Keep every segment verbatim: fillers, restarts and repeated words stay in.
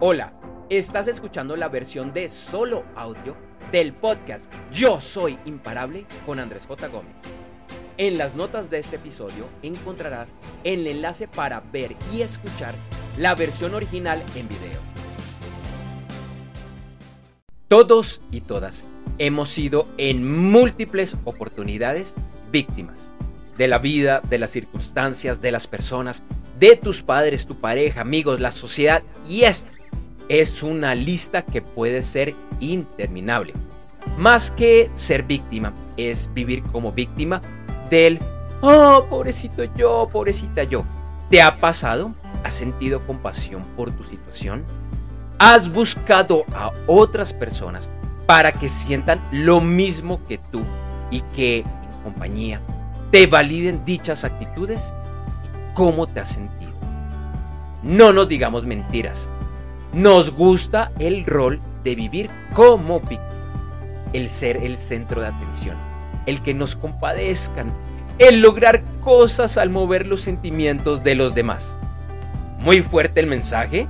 Hola, estás escuchando la versión de solo audio del podcast Yo Soy Imparable con Andrés J. Gómez. En las notas de este episodio encontrarás el enlace para ver y escuchar la versión original en video. Todos y todas hemos sido en múltiples oportunidades víctimas de la vida, de las circunstancias, de las personas, de tus padres, tu pareja, amigos, la sociedad, y esta es una lista que puede ser interminable. Más que ser víctima, es vivir como víctima del oh, pobrecito yo, pobrecita yo. ¿Te ha pasado? ¿Has sentido compasión por tu situación? ¿Has buscado a otras personas para que sientan lo mismo que tú y que en compañía te validen dichas actitudes? ¿Cómo te has sentido? No nos digamos mentiras. Nos gusta el rol de vivir como víctima, el ser el centro de atención, el que nos compadezcan, el lograr cosas al mover los sentimientos de los demás. Muy fuerte el mensaje.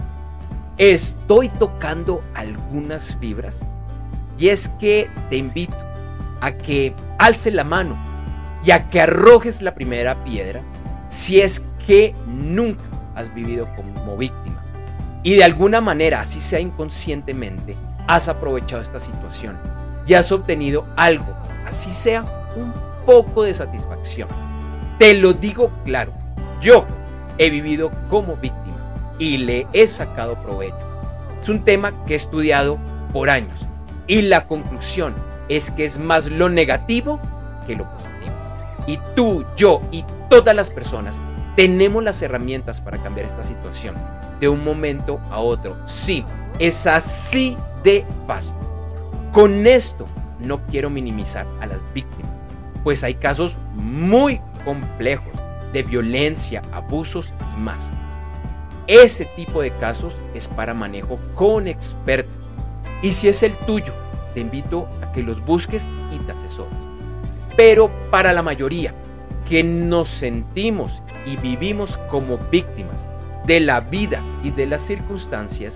Estoy tocando algunas fibras y es que te invito a que alces la mano y a que arrojes la primera piedra si es que nunca has vivido como víctima. Y de alguna manera, así sea inconscientemente, has aprovechado esta situación y has obtenido algo, así sea un poco de satisfacción. Te lo digo claro, yo he vivido como víctima y le he sacado provecho. Es un tema que he estudiado por años y la conclusión es que es más lo negativo que lo positivo. Y tú, yo y todas las personas tenemos las herramientas para cambiar esta situación de un momento a otro. Sí, es así de fácil. Con esto no quiero minimizar a las víctimas, pues hay casos muy complejos de violencia, abusos y más. Ese tipo de casos es para manejo con expertos. Y si es el tuyo, te invito a que los busques y te asesores. Pero para la mayoría que nos sentimos y vivimos como víctimas de la vida y de las circunstancias,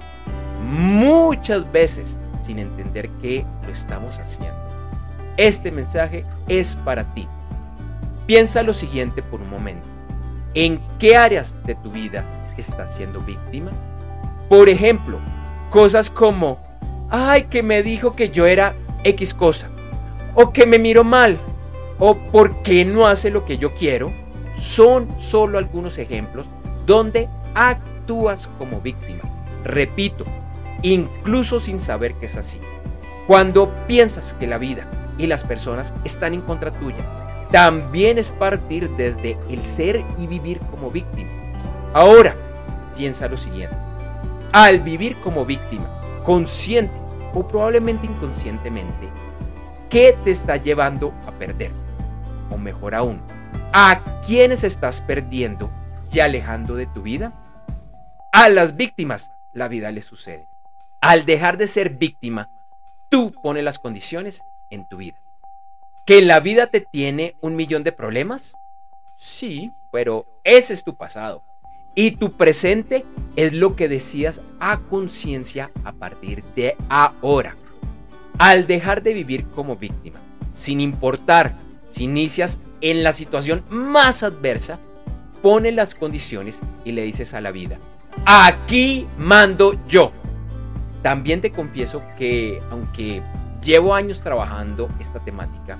muchas veces sin entender que lo estamos haciendo, este mensaje es para ti. Piensa lo siguiente por un momento. ¿En qué áreas de tu vida estás siendo víctima? Por ejemplo, cosas como ay, que me dijo que yo era X cosa, o que me miró mal, o por qué no hace lo que yo quiero. Son solo algunos ejemplos donde actúas como víctima. Repito, incluso sin saber que es así. Cuando piensas que la vida y las personas están en contra tuya, también es partir desde el ser y vivir como víctima. Ahora, piensa lo siguiente. Al vivir como víctima, consciente o probablemente inconscientemente, ¿qué te está llevando a perder? O mejor aún, ¿a quiénes estás perdiendo y alejando de tu vida? A las víctimas la vida les sucede. Al dejar de ser víctima, tú pones las condiciones en tu vida. ¿Que la vida te tiene un millón de problemas? Sí, pero ese es tu pasado. Y tu presente es lo que decidas a conciencia a partir de ahora. Al dejar de vivir como víctima, sin importar si inicias en la situación más adversa, pone las condiciones y le dices a la vida, aquí mando yo. También te confieso que aunque llevo años trabajando esta temática,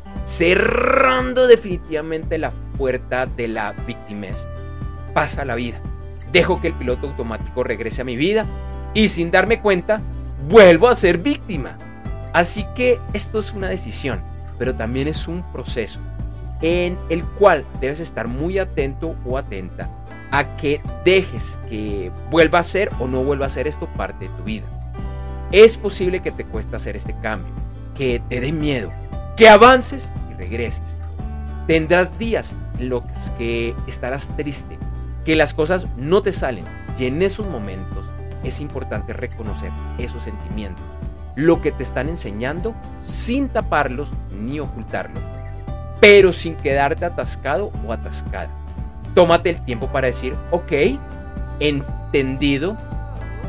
cerrando definitivamente la puerta de la victimez, pasa la vida. Dejo que el piloto automático regrese a mi vida y sin darme cuenta, vuelvo a ser víctima. Así que esto es una decisión, pero también es un proceso en el cual debes estar muy atento o atenta a que dejes que vuelva a ser o no vuelva a ser esto parte de tu vida. Es posible que te cueste hacer este cambio, que te dé miedo, que avances y regreses. Tendrás días en los que estarás triste, que las cosas no te salen, y en esos momentos es importante reconocer esos sentimientos, lo que te están enseñando sin taparlos ni ocultarlos, pero sin quedarte atascado o atascada. Tómate el tiempo para decir, ok, entendido,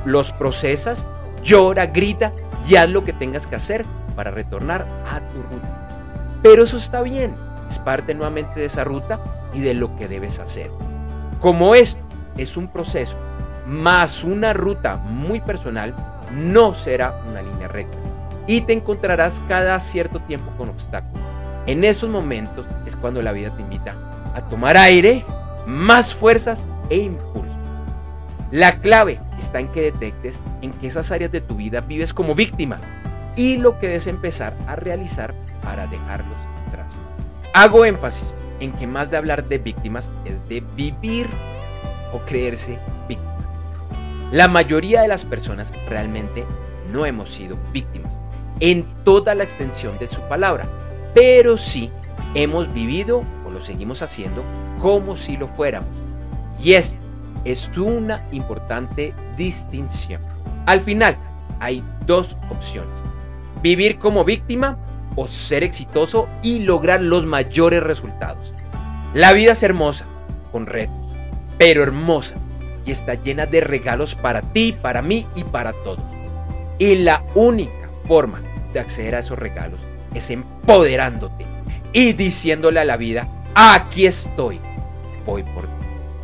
los procesas, llora, grita y haz lo que tengas que hacer para retornar a tu ruta. Pero eso está bien, es parte nuevamente de esa ruta y de lo que debes hacer. Como esto es un proceso más una ruta muy personal, no será una línea recta y te encontrarás cada cierto tiempo con obstáculos. En esos momentos es cuando la vida te invita a tomar aire, más fuerzas e impulso. La clave está en que detectes en qué esas áreas de tu vida vives como víctima y lo que debes empezar a realizar para dejarlos atrás. Hago énfasis en que más de hablar de víctimas es de vivir o creerse víctima. La mayoría de las personas realmente no hemos sido víctimas en toda la extensión de su palabra, pero sí hemos vivido o lo seguimos haciendo como si lo fuéramos. Y esta es una importante distinción. Al final hay dos opciones: vivir como víctima o ser exitoso y lograr los mayores resultados. La vida es hermosa, con retos, pero hermosa y está llena de regalos para ti, para mí y para todos. Y la única forma de acceder a esos regalos es empoderándote y diciéndole a la vida: aquí estoy, voy por ti.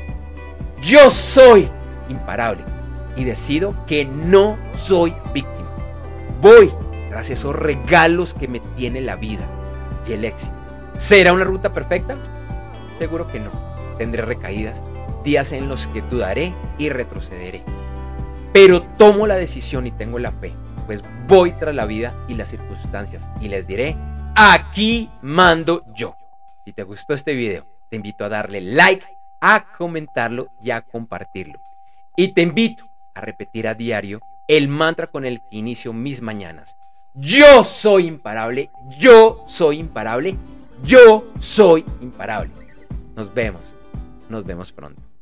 Yo soy imparable y decido que no soy víctima. Voy tras esos regalos que me tiene la vida y el éxito. ¿Será una ruta perfecta? Seguro que no. Tendré recaídas, días en los que dudaré y retrocederé. Pero tomo la decisión y tengo la fe, pues voy tras la vida y las circunstancias y les diré: aquí mando yo. Si te gustó este video, te invito a darle like, a comentarlo y a compartirlo. Y te invito a repetir a diario el mantra con el que inicio mis mañanas: yo soy imparable, yo soy imparable, yo soy imparable. Nos vemos, nos vemos pronto.